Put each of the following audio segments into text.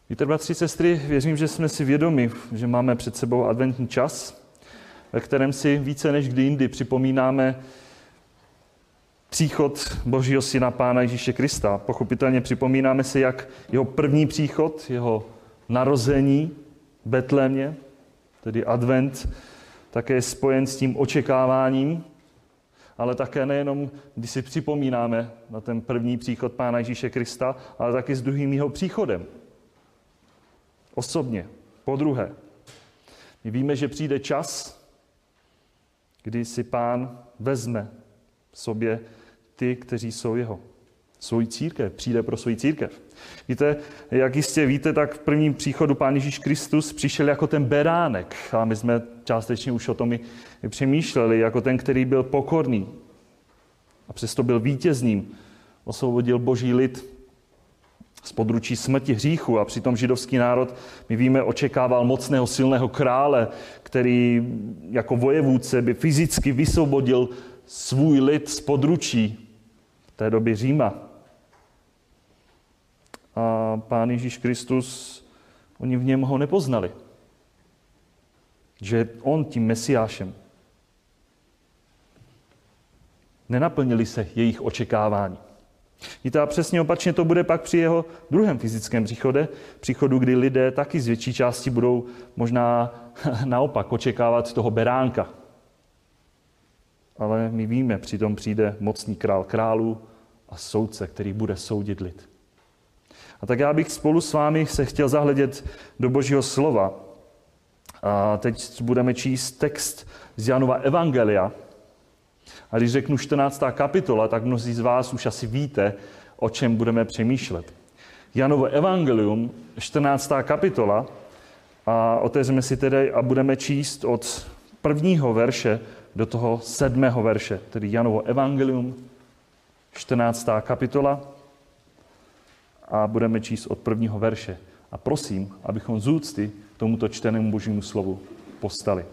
Víte, bratři, sestry, věřím, že jsme si vědomi, že máme před sebou adventní čas, ve kterém si více než kdy jindy připomínáme příchod Božího Syna Pána Ježíše Krista. Pochopitelně připomínáme si, jak jeho první příchod, jeho narození v Betlémě, tedy advent, také je spojen s tím očekáváním, ale také nejenom, když si připomínáme na ten první příchod Pána Ježíše Krista, ale taky s druhým jeho příchodem. Osobně, podruhé. My víme, že přijde čas, kdy si Pán vezme sobě ty, kteří jsou jeho. Svoji církev, přijde pro svoji církev. Víte, jak jistě víte, tak v prvním příchodu Pán Ježíš Kristus přišel jako ten beránek. A my jsme částečně už o tom i přemýšleli, jako ten, který byl pokorný. A přesto byl vítězným. Osvobodil Boží lid z područí smrti, hříchu, a přitom židovský národ, my víme, očekával mocného, silného krále, který jako vojevůdce by fyzicky vysvobodil svůj lid z područí v té době Říma. A Pán Ježíš Kristus, oni v něm ho nepoznali. Že je on tím Mesiášem. Nenaplnili se jejich očekávání. Víte, a přesně opačně to bude pak při jeho druhém fyzickém příchodu, kdy lidé taky z větší části budou možná naopak očekávat toho beránka. Ale my víme, přitom přijde mocný král králů a soudce, který bude soudit lid. A tak já bych spolu s vámi se chtěl zahledět do Božího slova. A teď budeme číst text z Janova evangelia. A když řeknu 14. kapitola, tak mnozí z vás už asi víte, o čem budeme přemýšlet. Janovo evangelium, 14. kapitola, a otevřeme si tedy a budeme číst od 1. verše do toho 7. verše, tedy Janovo evangelium, 14. kapitola, a budeme číst od 1. verše. A prosím, abychom z úcty tomuto čtenému Božímu slovu povstali.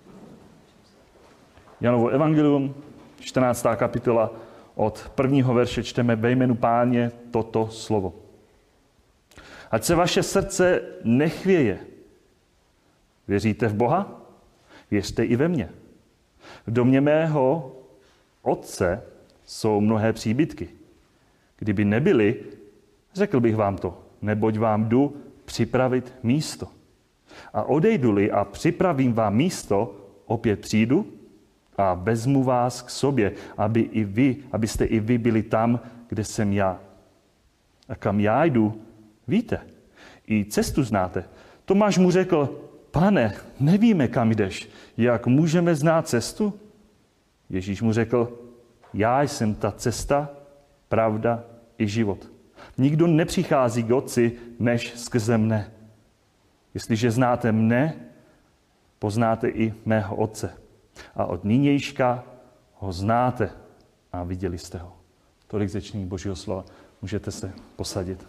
Janovo evangelium, 14. kapitola, od 1. verše čteme: ve jménu Páně toto slovo. Ať se vaše srdce nechvěje. Věříte v Boha? Věřte i ve mně. V domě mého Otce jsou mnohé příbytky. Kdyby nebyly, řekl bych vám to, neboť vám jdu připravit místo. A odejdu-li a připravím vám místo, opět přijdu a vezmu vás k sobě, abyste i vy byli tam, kde jsem já. A kam já jdu, víte, i cestu znáte. Tomáš mu řekl: Pane, nevíme, kam jdeš, jak můžeme znát cestu? Ježíš mu řekl: já jsem ta cesta, pravda i život. Nikdo nepřichází k Otci, než skrze mne. Jestliže znáte mne, poznáte i mého Otce. A od nynějška ho znáte a viděli jste ho. Tolik ze čtení Božího slova. Můžete se posadit.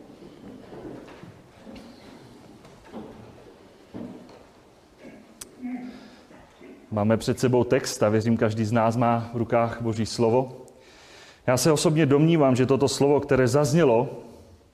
Máme před sebou text a věřím, každý z nás má v rukách Boží slovo. Já se osobně domnívám, že toto slovo, které zaznělo,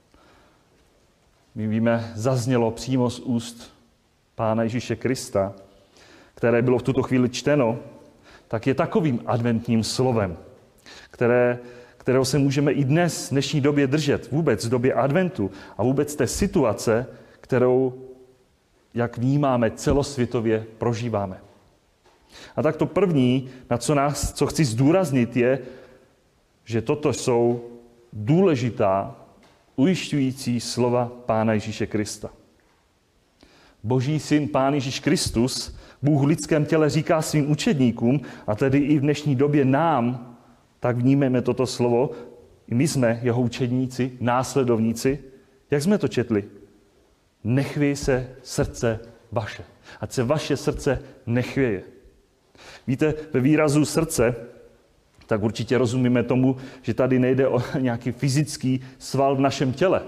my víme, zaznělo přímo z úst Pána Ježíše Krista, které bylo v tuto chvíli čteno, tak je takovým adventním slovem, kterého se můžeme i dnes, v dnešní době držet, vůbec v době adventu a vůbec té situace, kterou, jak vnímáme, celosvětově prožíváme. A tak to první, co chci zdůraznit, je, že toto jsou důležitá, ujišťující slova Pána Ježíše Krista. Boží syn Pán Ježíš Kristus, Bůh v lidském těle, říká svým učedníkům, a tedy i v dnešní době nám, tak vnímejme toto slovo, i my jsme jeho učedníci, následovníci. Jak jsme to četli? Nechvěj se srdce vaše. Ať se vaše srdce nechvěje. Víte, ve výrazu srdce, tak určitě rozumíme tomu, že tady nejde o nějaký fyzický sval v našem těle.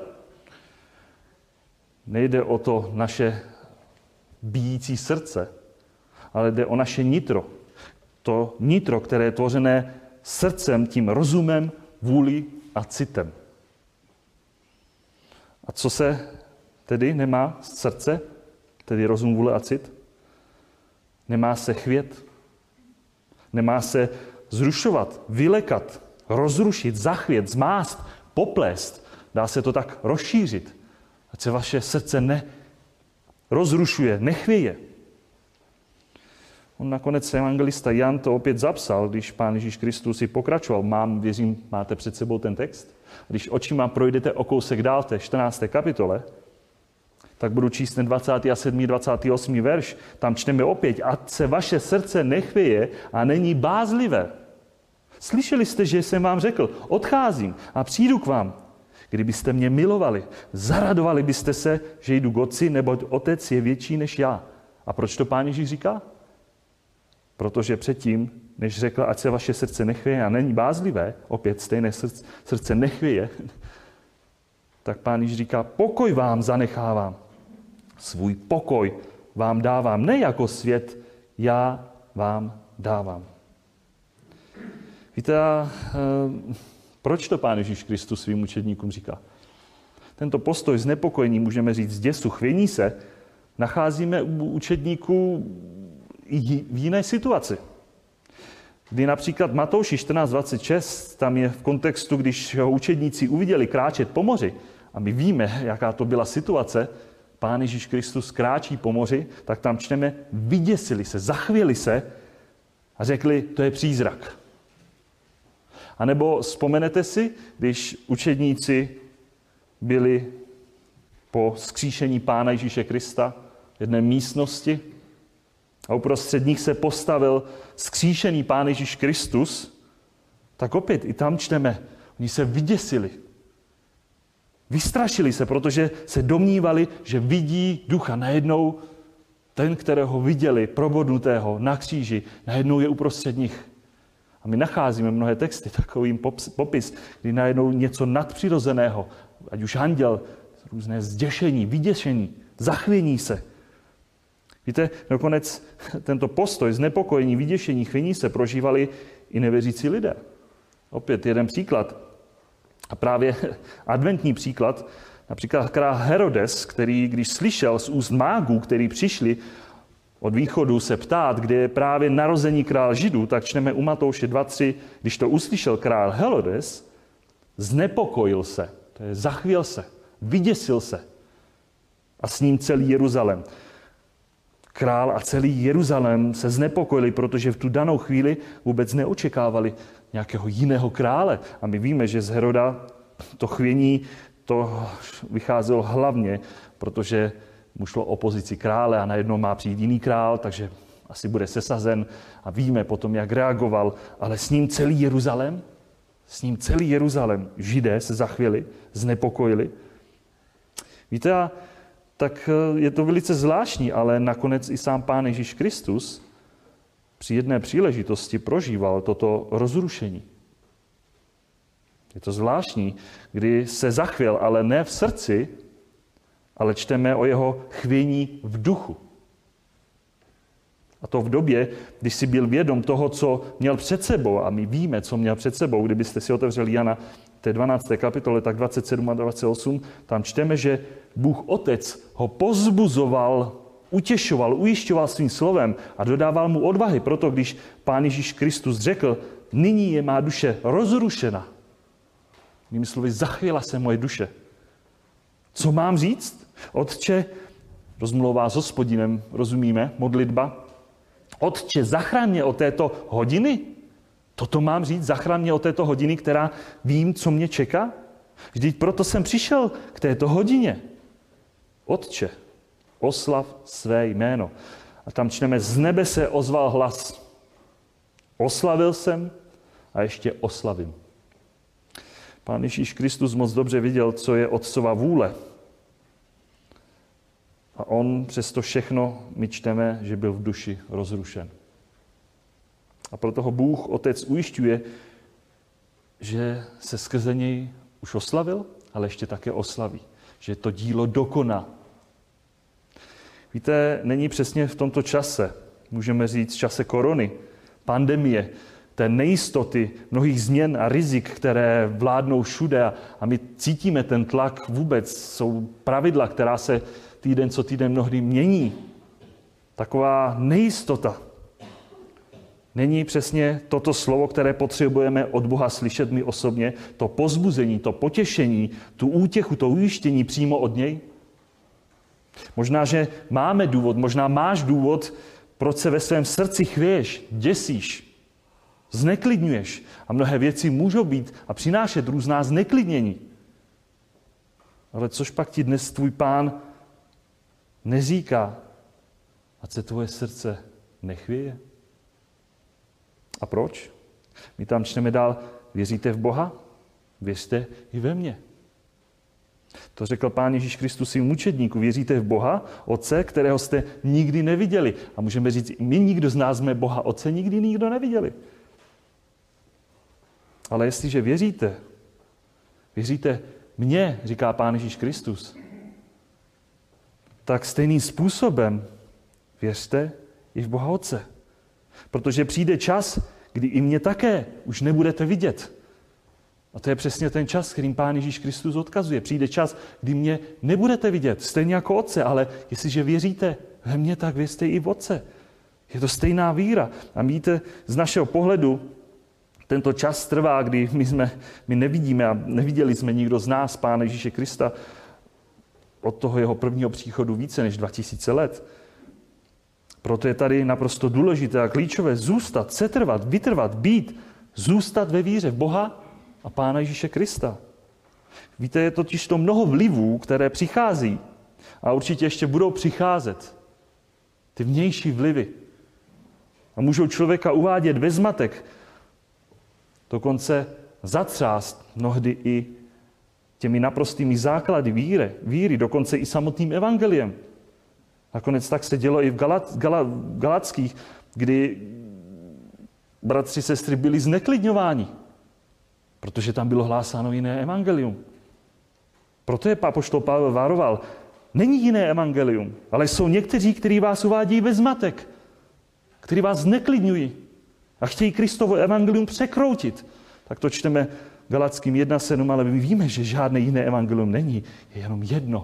Nejde o to naše bijící srdce, ale jde o naše nitro. To nitro, které je tvořené srdcem, tím rozumem, vůlí a citem. A co se tedy nemá srdce, tedy rozum, vůle a cit. Nemá se chvět. Nemá se zrušovat, vylekat, rozrušit, zachvět, zmást, poplést. Dá se to tak rozšířit. Ať se vaše srdce rozrušuje, nechvěje. On nakonec evangelista Jan to opět zapsal, když Pán Ježíš Kristus si pokračoval. Věřím, máte před sebou ten text. Když očima projdete o kousek dál v té 14. kapitole, tak budu číst ten 27. 28. verš. Tam čteme opět, ať se vaše srdce nechvěje a není bázlivé. Slyšeli jste, že jsem vám řekl, odcházím a přijdu k vám. Kdybyste mě milovali, zaradovali byste se, že jdu k Otci, neboť Otec je větší než já. A proč to Pán Ježíš říká? Protože předtím, než řekl, ať se vaše srdce nechvěje a není bázlivé, opět stejné srdce nechvěje, tak Pán Ježíš říká, pokoj vám zanechávám. Svůj pokoj vám dávám, ne jako svět, já vám dávám. Víte, proč to Pán Ježíš Kristus svým učedníkům říká? Tento postoj znepokojení, můžeme říct, děsu, chvění se, nacházíme u učedníků i v jiné situaci. Kdy například Matouši 14.26, tam je v kontextu, když ho učedníci uviděli kráčet po moři, a my víme, jaká to byla situace, Pán Ježíš Kristus kráčí po moři, tak tam čteme, vyděsili se, zachvěli se a řekli, to je přízrak. A nebo vzpomenete si, když učedníci byli po vzkříšení Pána Ježíše Krista v jedné místnosti a uprostřed nich se postavil vzkříšený Pán Ježíš Kristus, tak opět i tam čteme, oni se vyděsili. Vystrašili se, protože se domnívali, že vidí ducha. Najednou ten, kterého viděli, probodnutého na kříži, najednou je uprostřed nich. A my nacházíme mnohé texty, takový popis, kdy najednou něco nadpřirozeného, ať už anděl, různé zděšení, vyděšení, zachvění se. Víte, nakonec tento postoj, znepokojení, vyděšení, chvění se prožívali i nevěřící lidé. Opět jeden příklad. A právě adventní příklad, například král Herodes, který, když slyšel z úst mágů, kteří přišli od východu se ptát, kde je právě narození král Židů, tak čteme u Matouše 2.3, když to uslyšel král Herodes, znepokojil se, to je zachvěl se, vyděsil se a s ním celý Jeruzalém. Král a celý Jeruzalém se znepokojili, protože v tu danou chvíli vůbec neočekávali nějakého jiného krále. A my víme, že z Heroda to chvění to vycházelo hlavně, protože mu šlo o pozici krále a najednou má přijít jiný král, takže asi bude sesazen a víme potom, jak reagoval. Ale s ním celý Jeruzalém, Židé se zachvěli, znepokojili. Víte, tak je to velice zvláštní, ale nakonec i sám Pán Ježíš Kristus při jedné příležitosti prožíval toto rozrušení. Je to zvláštní, kdy se zachvěl, ale ne v srdci, ale čteme o jeho chvění v duchu. A to v době, když si byl vědom toho, co měl před sebou, a my víme, co měl před sebou, kdybyste si otevřeli Jana té 12. kapitole, tak 27 a 28, tam čteme, že Bůh Otec ho pozbuzoval, utěšoval, ujišťoval svým slovem a dodával mu odvahy. Proto, když Pán Ježíš Kristus řekl, nyní je má duše rozrušena, jinými slovy, zachvěla se moje duše. Co mám říct? Otče, rozmluvá s Hospodinem, rozumíme, modlitba. Otče, zachraň mě od této hodiny? Toto mám říct, zachraň mě od této hodiny, která vím, co mě čeká? Vždyť proto jsem přišel k této hodině. Otče, oslav své jméno. A tam čteme, z nebe se ozval hlas. Oslavil jsem a ještě oslavím. Pán Ježíš Kristus moc dobře viděl, co je Otcova vůle. A on přesto všechno, my čteme, že byl v duši rozrušen. A proto ho Bůh, Otec, ujišťuje, že se skrze něj už oslavil, ale ještě také oslaví. Že to dílo dokoná. Víte, není přesně v tomto čase, můžeme říct čase korony, pandemie, té nejistoty, mnohých změn a rizik, které vládnou všude a my cítíme ten tlak vůbec. Jsou pravidla, která se týden co týden mnohdy mění. Taková nejistota. Není přesně toto slovo, které potřebujeme od Boha slyšet my osobně, to povzbuzení, to potěšení, tu útěchu, to ujištění přímo od něj? Možná, že máme důvod, možná máš důvod, proč se ve svém srdci chvěješ, děsíš, zneklidňuješ. A mnohé věci můžou být a přinášet různá zneklidnění. Ale což pak ti dnes tvůj Pán neříká, ať se tvoje srdce nechvěje? A proč? My tam čteme dál, věříte v Boha? Věřte i ve mně. To řekl Pán Ježíš Kristus svým mučedníkům. Věříte v Boha, Otce, kterého jste nikdy neviděli. A můžeme říct, my nikdo z nás jsme Boha Otce nikdo neviděli. Ale jestliže věříte mně, říká Pán Ježíš Kristus, tak stejným způsobem věřte i v Boha Otce. Protože přijde čas, kdy i mě také už nebudete vidět. A to je přesně ten čas, kterým Pán Ježíš Kristus odkazuje. Přijde čas, kdy mě nebudete vidět, stejně jako Otce, ale jestliže věříte ve mně, tak věřte i v Otce. Je to stejná víra. A víte, z našeho pohledu tento čas trvá, kdy my nevidíme a neviděli jsme nikdo z nás Pána Ježíše Krista od toho jeho prvního příchodu více než 2000 let. Proto je tady naprosto důležité a klíčové zůstat, setrvat, vytrvat, zůstat ve víře v Boha a Pána Ježíše Krista. Víte, je totiž to mnoho vlivů, které přichází a určitě ještě budou přicházet. Ty vnější vlivy. A můžou člověka uvádět ve zmatek, dokonce zatřást mnohdy i těmi naprostými základy víry, dokonce i samotným evangeliem. Nakonec tak se dělo i v Galackých, kdy bratři, sestry byli zneklidňováni, protože tam bylo hlásáno jiné evangelium. Proto je apoštol Pavel varoval, není jiné evangelium, ale jsou někteří, kteří vás uvádějí ve zmatek, kteří vás zneklidňují a chtějí Kristovo evangelium překroutit. Tak to čteme Galackým 1:7, ale my víme, že žádné jiné evangelium není, je jenom jedno.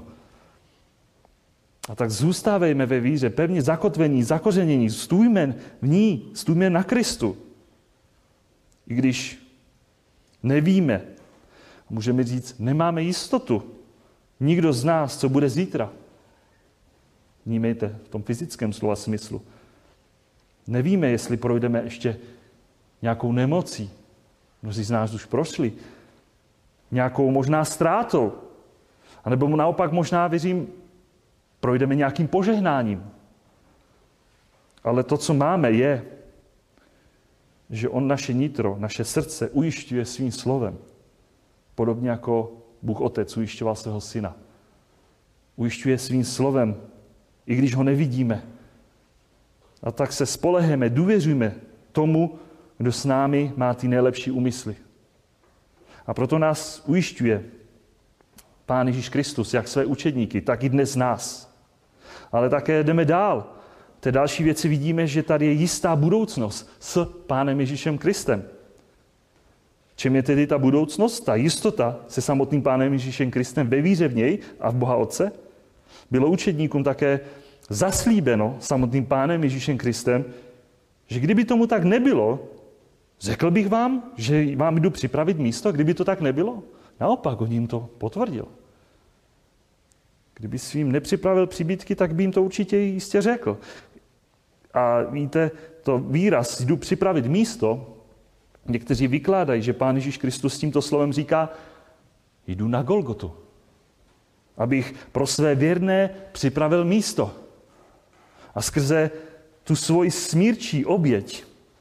A tak zůstávejme ve víře, pevně zakotvení, zakořenění, stůjme v ní, stůjme na Kristu. I když nevíme, můžeme říct, nemáme jistotu. Nikdo z nás, co bude zítra. Vnímejte v tom fyzickém slova smyslu. Nevíme, jestli projdeme ještě nějakou nemocí. Mnozí z nás už prošli. Nějakou možná ztrátou. A nebo naopak možná, věřím, projdeme nějakým požehnáním. Ale to, co máme, je, že on naše nitro, naše srdce ujišťuje svým slovem. Podobně jako Bůh Otec ujišťoval svého syna. Ujišťuje svým slovem, i když ho nevidíme. A tak se spoleheme, důvěřujme tomu, kdo s námi má ty nejlepší úmysly. A proto nás ujišťuje Pán Ježíš Kristus, jak své učedníky, tak i dnes nás. Ale také jdeme dál. V té další věci vidíme, že tady je jistá budoucnost s Pánem Ježíšem Kristem. Čem je tedy ta budoucnost, ta jistota se samotným Pánem Ježíšem Kristem ve víře v něj a v Boha Otce? Bylo učedníkům také zaslíbeno samotným Pánem Ježíšem Kristem, že kdyby tomu tak nebylo, řekl bych vám, že vám jdu připravit místo, kdyby to tak nebylo. Naopak, on jim to potvrdil. Kdyby svým nepřipravil příbytky, tak by jim to určitě jistě řekl. A víte, to výraz jdu připravit místo, někteří vykládají, že Pán Ježíš Kristus s tímto slovem říká, jdu na Golgotu, abych pro své věrné připravil místo. A skrze tu svoji smírčí oběť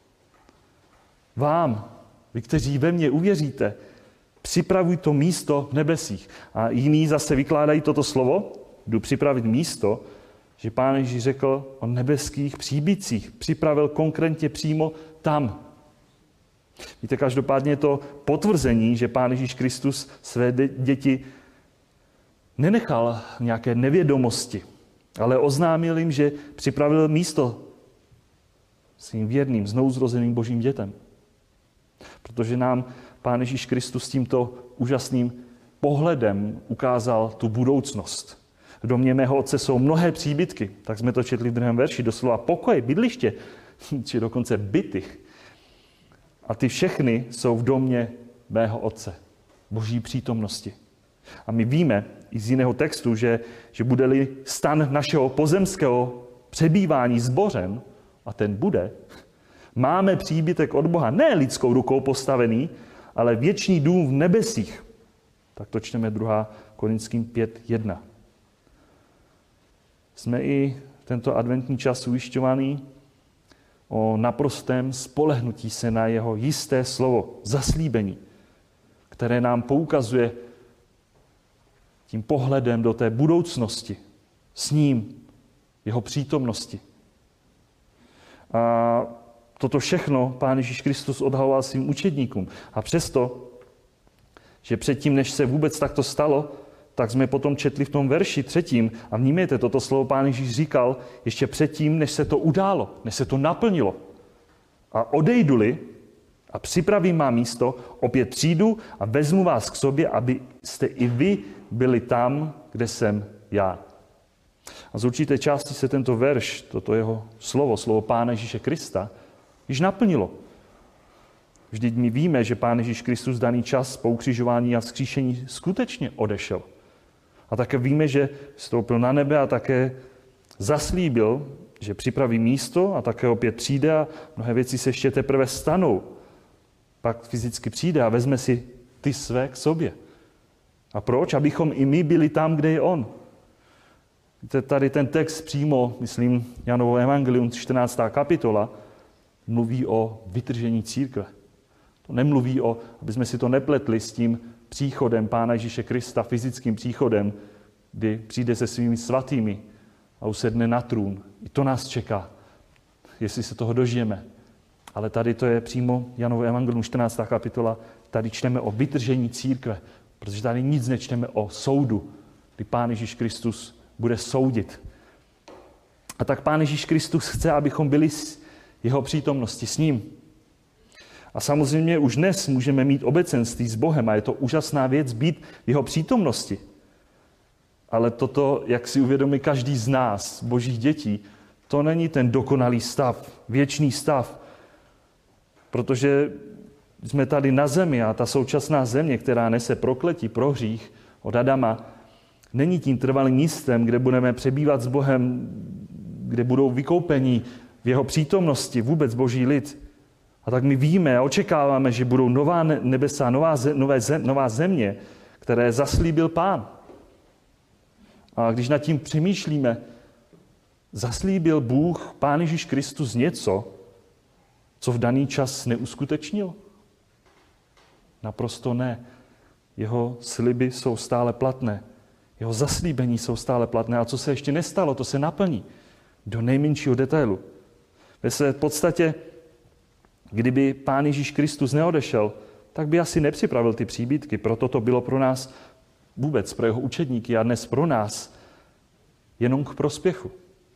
vám, vy, kteří ve mně uvěříte, připravuj to místo v nebesích. A jiní zase vykládají toto slovo, jdu připravit místo, že Pán Ježíš řekl o nebeských příbytcích. Připravil konkrétně přímo tam. Víte, každopádně je to potvrzení, že Pán Ježíš Kristus své děti nenechal nějaké nevědomosti, ale oznámil jim, že připravil místo svým věrným, znovuzrozeným božím dětem. Protože nám Pán Ježíš Kristus tímto úžasným pohledem ukázal tu budoucnost. V domě mého otce jsou mnohé příbytky, tak jsme to četli v 2. verši, doslova pokoje, bydliště, či dokonce byty. A ty všechny jsou v domě mého otce, Boží přítomnosti. A my víme i z jiného textu, že bude-li stan našeho pozemského přebývání zbořen, a ten bude, máme příbytek od Boha, ne lidskou rukou postavený, ale věčný dům v nebesích. Tak to čteme 2. Korinským 5:1. Jsme i tento adventní čas ujišťovaní o naprostém spolehnutí se na jeho jisté slovo, zaslíbení, které nám poukazuje tím pohledem do té budoucnosti, s ním, jeho přítomnosti. A toto všechno Pán Ježíš Kristus odhaloval svým učedníkům. A přesto, že předtím, než se vůbec takto stalo, tak jsme potom četli v tom verši 3. A vnímejte, toto slovo Pán Ježíš říkal ještě předtím, než se to událo, než se to naplnilo. A odejdu-li a připravím má místo, opět přijdu a vezmu vás k sobě, abyste i vy byli tam, kde jsem já. A z určité části se tento verš, toto jeho slovo Pána Ježíše Krista, již naplnilo. Vždyť my víme, že Pán Ježíš Kristus daný čas po ukřižování a vzkříšení skutečně odešel. A také víme, že vstoupil na nebe a také zaslíbil, že připraví místo a také opět přijde a mnohé věci se ještě teprve stanou. Pak fyzicky přijde a vezme si ty své k sobě. A proč? Abychom i my byli tam, kde je on. Tady ten text přímo, myslím, Janovo evangelium, 14. kapitola, mluví o vytržení církve. To nemluví o, aby jsme si to nepletli s tím příchodem Pána Ježíše Krista, fyzickým příchodem, kdy přijde se svými svatými a usedne na trůn. I to nás čeká, jestli se toho dožijeme. Ale tady to je přímo Janovo evangelium, 14. kapitola, tady čteme o vytržení církve, protože tady nic nečteme o soudu, kdy Pán Ježíš Kristus bude soudit. A tak Pán Ježíš Kristus chce, abychom byli s jeho přítomnosti s ním. A samozřejmě už dnes můžeme mít obecenství s Bohem a je to úžasná věc být v jeho přítomnosti. Ale toto, jak si uvědomí každý z nás, božích dětí, to není ten dokonalý stav, věčný stav. Protože jsme tady na zemi a ta současná země, která nese prokletí pro hřích od Adama, není tím trvalým místem, kde budeme přebývat s Bohem, kde budou vykoupení v jeho přítomnosti vůbec boží lid. A tak my víme a očekáváme, že budou nová nebesa, nová země, které zaslíbil Pán. A když nad tím přemýšlíme, zaslíbil Bůh, Pán Ježíš Kristus něco, co v daný čas neuskutečnil? Naprosto ne. Jeho sliby jsou stále platné. Jeho zaslíbení jsou stále platné. A co se ještě nestalo, to se naplní. Do nejmenšího detailu. Ve podstatě, kdyby Pán Ježíš Kristus neodešel, tak by asi nepřipravil ty příbytky. Proto to bylo pro nás vůbec, pro jeho učedníky a dnes pro nás jenom k prospěchu.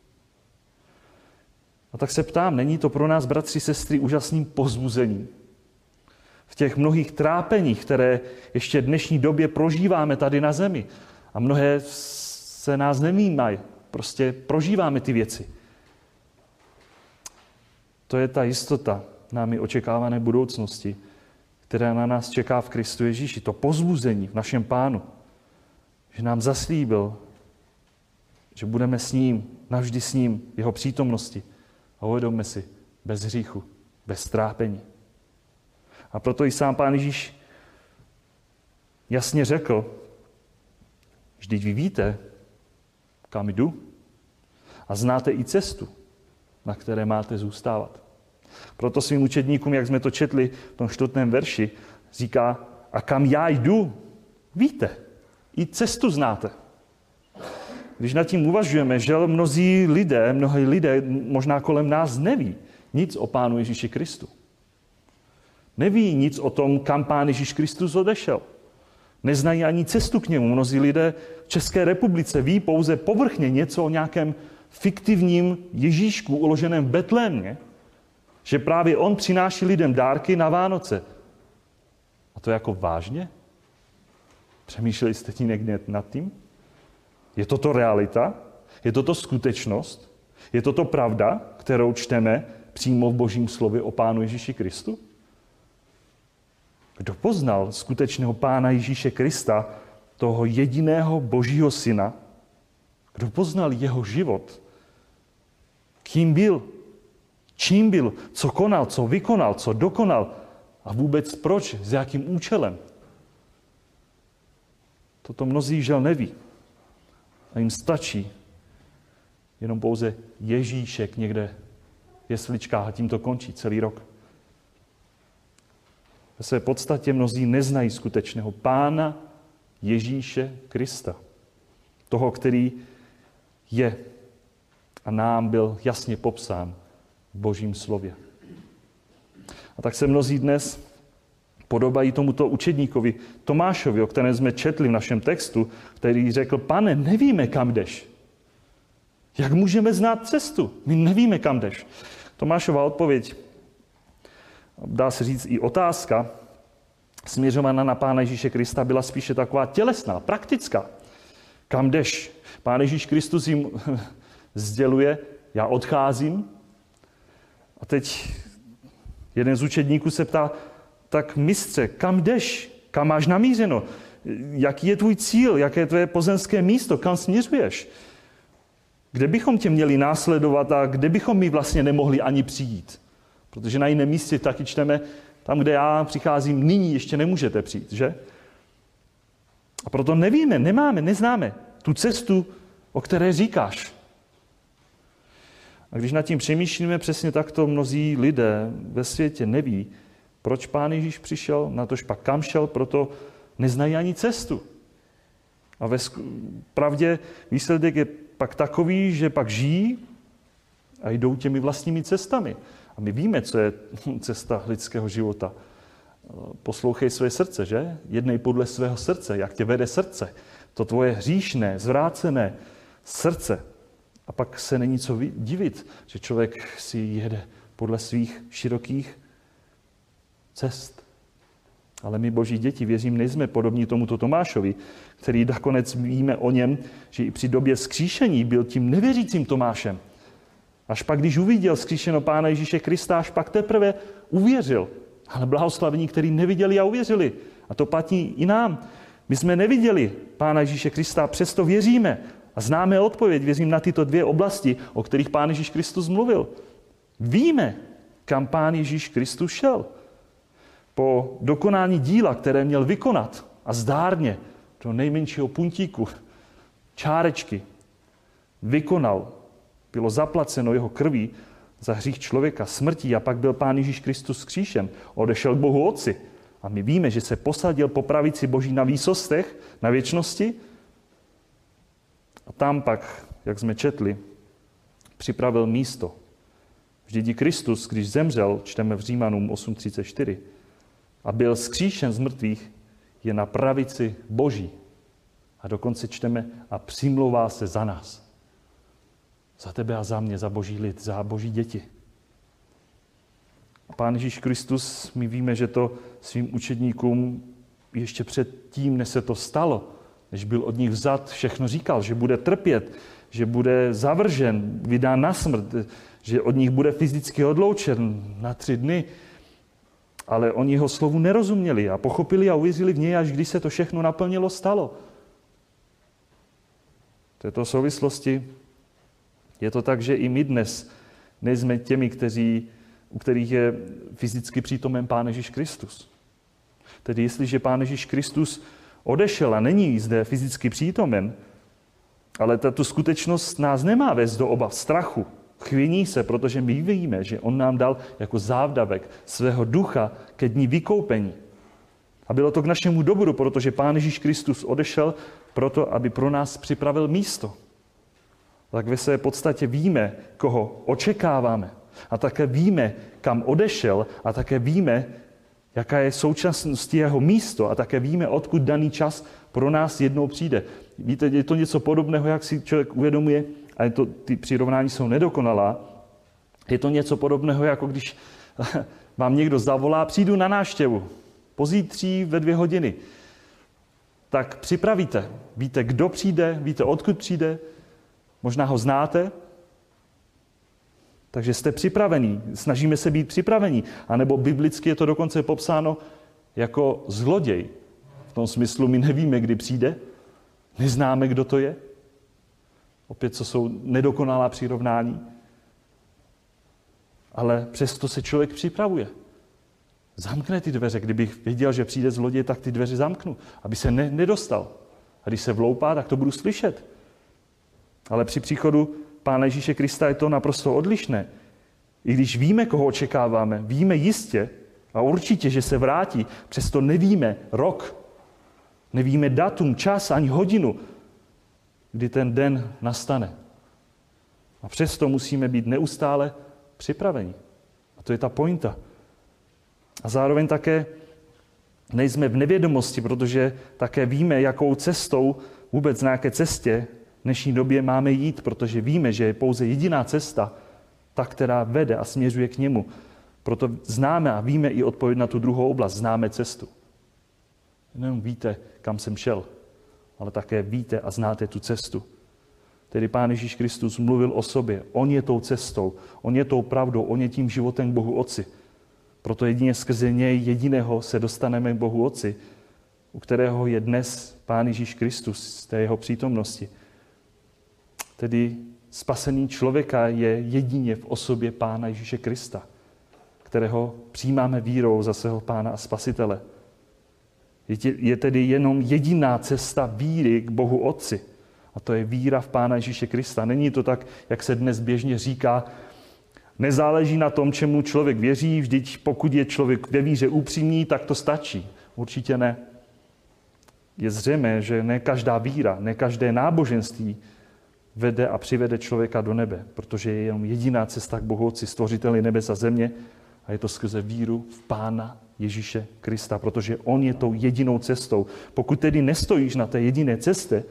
A tak se ptám, není to pro nás, bratři, sestry, úžasným povzbuzením? V těch mnohých trápeních, které ještě v dnešní době prožíváme tady na zemi. A mnohé se nás nevnímají. Prostě prožíváme ty věci. To je ta jistota námi očekávané budoucnosti, která na nás čeká v Kristu Ježíši. To povzbuzení v našem Pánu. Že nám zaslíbil, že budeme s ním, navždy s ním, v jeho přítomnosti. A uvědomme si, bez hříchu, bez trápení. A proto i sám Pán Ježíš jasně řekl, vždyť vy víte, kam jdu a znáte i cestu, na které máte zůstávat. Proto svým učedníkům, jak jsme to četli v tom 4. verši, říká, a kam já jdu, víte, i cestu znáte. Když nad tím uvažujeme, že mnohí lidé možná kolem nás neví nic o Pánu Ježíši Kristu. Neví nic o tom, kam Pán Ježíš Kristus odešel. Neznají ani cestu k němu. Mnozí lidé v České republice ví pouze povrchně něco o nějakém fiktivním Ježíšku uloženém v Betlémě, že právě on přináší lidem dárky na Vánoce A to jako vážně? Přemýšleli jste tím někde nad tím? Je toto realita? Je toto skutečnost? Je toto pravda, kterou čteme přímo v Božím slově o Pánu Ježíši Kristu? Kdo poznal skutečného Pána Ježíše Krista, toho jediného Božího syna? Kdo poznal jeho život? Kým byl? Čím byl? Co konal? Co vykonal? Co dokonal? A vůbec proč? S jakým účelem? Toto mnozí žel neví. A jim stačí jenom pouze Ježíšek někde v jesličkách a tím to končí celý rok. Ve své podstatě mnozí neznají skutečného Pána Ježíše Krista. Toho, který je a nám byl jasně popsán v Božím slově. A tak se mnozí dnes podobají tomuto učedníkovi Tomášovi, o kterém jsme četli v našem textu, který řekl: Pane, nevíme, kam jdeš. Jak můžeme znát cestu? My nevíme, kam jdeš. Tomášova odpověď, dá se říct i otázka, směřovaná na Pána Ježíše Krista, byla spíše taková tělesná, praktická. Kam jdeš? Pán Ježíš Kristus jim sděluje: já odcházím. A teď jeden z učedníků se ptá: tak mistře, kam jdeš? Kam máš namířeno? Jaký je tvůj cíl? Jaké je tvoje pozemské místo? Kam směřuješ? Kde bychom tě měli následovat a kde bychom my vlastně nemohli ani přijít? Protože na jiném místě taky čteme: tam, kde já přicházím nyní, ještě nemůžete přijít, že? A proto nevíme, nemáme, neznáme tu cestu, o které říkáš. A když nad tím přemýšlíme, přesně takto mnozí lidé ve světě neví, proč Pán Ježíš přišel, natož pak kam šel, proto neznají ani cestu. A ve pravdě výsledek je pak takový, že pak žijí a jdou těmi vlastními cestami. A my víme, co je cesta lidského života. Poslouchej své srdce, že? Jednej podle svého srdce, jak tě vede srdce. To tvoje hříšné, zvrácené srdce. A pak se není co divit, že člověk si jede podle svých širokých cest. Ale my, Boží děti, věřím, nejsme podobní tomuto Tomášovi, který nakonec víme o něm, že i při době vzkříšení byl tím nevěřícím Tomášem. Až pak, když uviděl vzkříšeno Pána Ježíše Krista, až pak teprve uvěřil. Ale blahoslavení, který neviděli a uvěřili. A to platí i nám. My jsme neviděli Pána Ježíše Krista, přesto věříme. A známe odpověď, věřím, na tyto dvě oblasti, o kterých Pán Ježíš Kristus mluvil. Víme, kam Pán Ježíš Kristus šel. Po dokonání díla, které měl vykonat, a zdárně, do nejmenšího puntíku, čárečky, vykonal, bylo zaplaceno jeho krví za hřích člověka, smrtí, a pak byl Pán Ježíš Kristus vzkříšen, odešel k Bohu Otci. A my víme, že se posadil po pravici Boží na výsostech, na věčnosti. A tam pak, jak jsme četli, připravil místo. Vždyť i Kristus, když zemřel, čteme v Římanům 8:34, a byl vzkříšen z mrtvých, je na pravici Boží. A dokonce čteme: a přimlouvá se za nás. Za tebe a za mě, za Boží lid, za Boží děti. A Pán Ježíš Kristus, my víme, že to svým učedníkům ještě předtím, než se to stalo, než byl od nich vzat, všechno říkal, že bude trpět, že bude zavržen, vydán na smrt, že od nich bude fyzicky odloučen na 3 dny. Ale oni jeho slovu nerozuměli a pochopili a uvěřili v něj, až když se to všechno naplnilo, stalo. V této souvislosti je to tak, že i my dnes nejsme těmi, u kterých je fyzicky přítomen Pán Ježíš Kristus. Tedy jestliže Pán Ježíš Kristus odešel a není zde fyzicky přítomen, ale tato skutečnost nás nemá vést do obav, strachu, chvění se, protože my víme, že on nám dal jako závdavek svého ducha ke dní vykoupení. A bylo to k našemu dobru, protože Pán Ježíš Kristus odešel proto, aby pro nás připravil místo. Tak ve své podstatě víme, koho očekáváme. A také víme, kam odešel, a také víme, jaká je současnost jeho místo, a také víme, odkud daný čas pro nás jednou přijde. Víte, je to něco podobného, jak si člověk uvědomuje, a ty přirovnání jsou nedokonalá, je to něco podobného, jako když vám někdo zavolá: přijdu na návštěvu, pozítří ve 2 hodiny. Tak připravíte. Víte, kdo přijde, víte, odkud přijde, možná ho znáte, takže jste připravení. Snažíme se být připravení. A nebo biblicky je to dokonce popsáno jako zloděj. V tom smyslu my nevíme, kdy přijde, neznáme, kdo to je. Opět, co jsou nedokonalá přirovnání. Ale přesto se člověk připravuje. Zamkne ty dveře. Kdybych věděl, že přijde zloděj, tak ty dveře zamknu, aby se nedostal. A když se vloupá, tak to budu slyšet. Ale při příchodu Pána Ježíše Krista je to naprosto odlišné. I když víme, koho očekáváme, víme jistě a určitě, že se vrátí, přesto nevíme rok, nevíme datum, čas ani hodinu, kdy ten den nastane. A přesto musíme být neustále připraveni. A to je ta pointa. A zároveň také nejsme v nevědomosti, protože také víme, jakou cestou, vůbec na jaké cestě v dnešní době máme jít, protože víme, že je pouze jediná cesta, ta, která vede a směřuje k němu. Proto známe a víme i odpověď na tu druhou oblast, známe cestu. Nejenom víte, kam jsem šel, ale také víte a znáte tu cestu. Tedy Pán Ježíš Kristus mluvil o sobě. On je tou cestou, on je tou pravdou, on je tím životem k Bohu Otci. Proto jedině skrze něj jediného se dostaneme k Bohu Otci, u kterého je dnes Pán Ježíš Kristus z té jeho přítomnosti. Tedy spasení člověka je jedině v osobě Pána Ježíše Krista, kterého přijímáme vírou za svého Pána a Spasitele. Je tedy jenom jediná cesta víry k Bohu Otci. A to je víra v Pána Ježíše Krista. Není to tak, jak se dnes běžně říká, nezáleží na tom, čemu člověk věří, vždyť pokud je člověk ve víře upřímný, tak to stačí. Určitě ne. Je zřejmé, že ne každá víra, ne každé náboženství vede a přivede člověka do nebe, protože je jenom jediná cesta k Bohu Otci, stvořiteli nebes a země, a je to skrze víru v Pána Ježíše Krista, protože on je tou jedinou cestou. Pokud tedy nestojíš na té jediné cestě,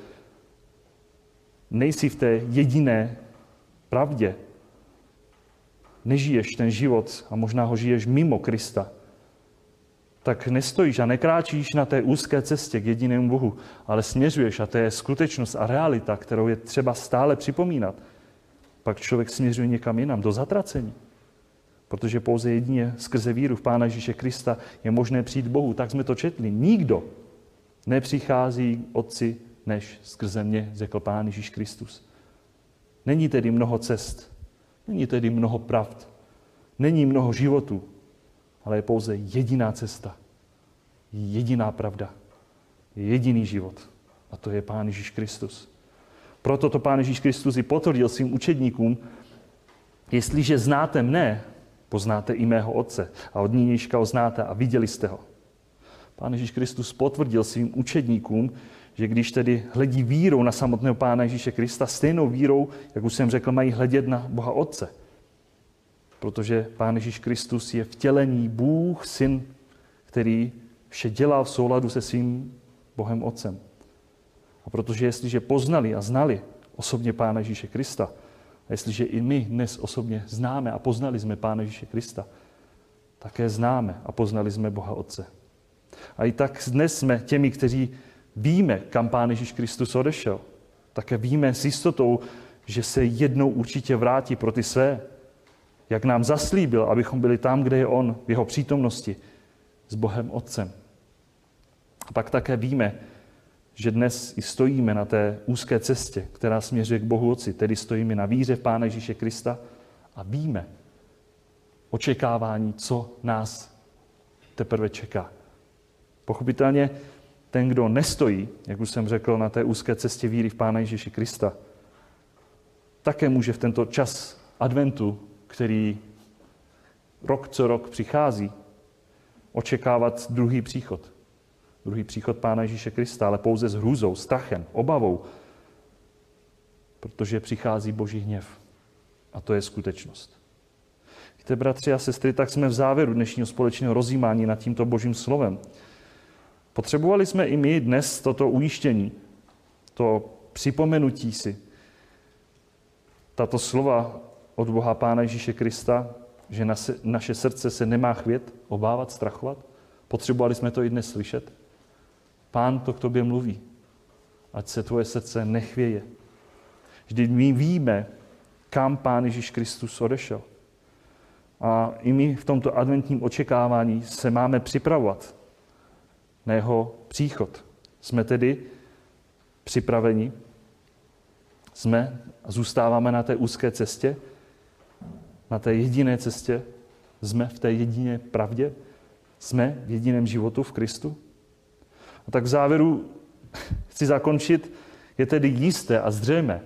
nejsi v té jediné pravdě, nežiješ ten život a možná ho žiješ mimo Krista, tak nestojíš a nekráčíš na té úzké cestě k jedinému Bohu, ale směřuješ, a to je skutečnost a realita, kterou je třeba stále připomínat, pak člověk směřuje někam jinam, do zatracení. Protože pouze jedině skrze víru v Pána Ježíše Krista je možné přijít k Bohu. Tak jsme to četli. Nikdo nepřichází k Otci, než skrze mě, řekl Pán Ježíš Kristus. Není tedy mnoho cest, není tedy mnoho pravd, není mnoho životů, ale je pouze jediná cesta, jediná pravda, jediný život. A to je Pán Ježíš Kristus. Proto to Pán Ježíš Kristus i potvrdil svým učedníkům, jestliže znáte mne, poznáte i mého Otce a od nynějška ho znáte a viděli jste ho. Pán Ježíš Kristus potvrdil svým učedníkům, že když tedy hledí vírou na samotného Pána Ježíše Krista, stejnou vírou, jak už jsem řekl, mají hledět na Boha Otce. Protože Pán Ježíš Kristus je vtělení Bůh, Syn, který vše dělá v souladu se svým Bohem Otcem. A protože jestliže poznali a znali osobně Pána Ježíše Krista, a jestliže i my dnes osobně známe a poznali jsme Pána Ježíše Krista, také známe a poznali jsme Boha Otce. A i tak dnes jsme těmi, kteří víme, kam Pán Ježíš Kristus odešel. Také víme s jistotou, že se jednou určitě vrátí pro ty své. Jak nám zaslíbil, abychom byli tam, kde je on, v jeho přítomnosti, s Bohem Otcem. A pak také víme, že dnes i stojíme na té úzké cestě, která směřuje k Bohu Otci, tedy stojíme na víře v Pána Ježíše Krista a víme očekávání, co nás teprve čeká. Pochopitelně ten, kdo nestojí, jak už jsem řekl, na té úzké cestě víry v Pána Ježíše Krista, také může v tento čas adventu, který rok co rok přichází, očekávat druhý příchod. Druhý příchod Pána Ježíše Krista, ale pouze s hrůzou, strachem, obavou, protože přichází Boží hněv. A to je skutečnost. Víte, bratři a sestry, tak jsme v závěru dnešního společného rozjímání nad tímto Božím slovem. Potřebovali jsme i my dnes toto ujištění, to připomenutí si, tato slova od Boha Pána Ježíše Krista, že naše srdce se nemá chvět, obávat, strachovat. Potřebovali jsme to i dnes slyšet? Pán to k tobě mluví. Ať se tvoje srdce nechvěje. Vždyť my víme, kam Pán Ježíš Kristus odešel. A i my v tomto adventním očekávání se máme připravovat na jeho příchod. Jsme tedy připraveni? Jsme a zůstáváme na té úzké cestě? Na té jediné cestě? Jsme v té jediné pravdě? Jsme v jediném životu v Kristu? A tak v závěru chci zakončit, je tedy jisté a zřejmé,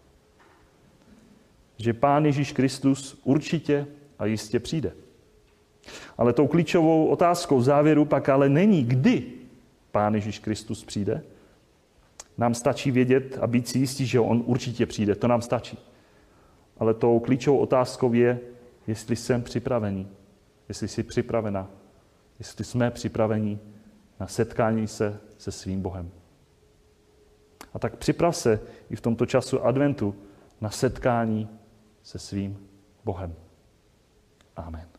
že Pán Ježíš Kristus určitě a jistě přijde. Ale tou klíčovou otázkou v závěru pak ale není, kdy Pán Ježíš Kristus přijde. Nám stačí vědět a být si jistí, že on určitě přijde. To nám stačí. Ale tou klíčovou otázkou je, jestli jsem připravený, jestli jsi připravena, jestli jsme připraveni na setkání se svým Bohem. A tak připrav se i v tomto času adventu na setkání se svým Bohem. Amen.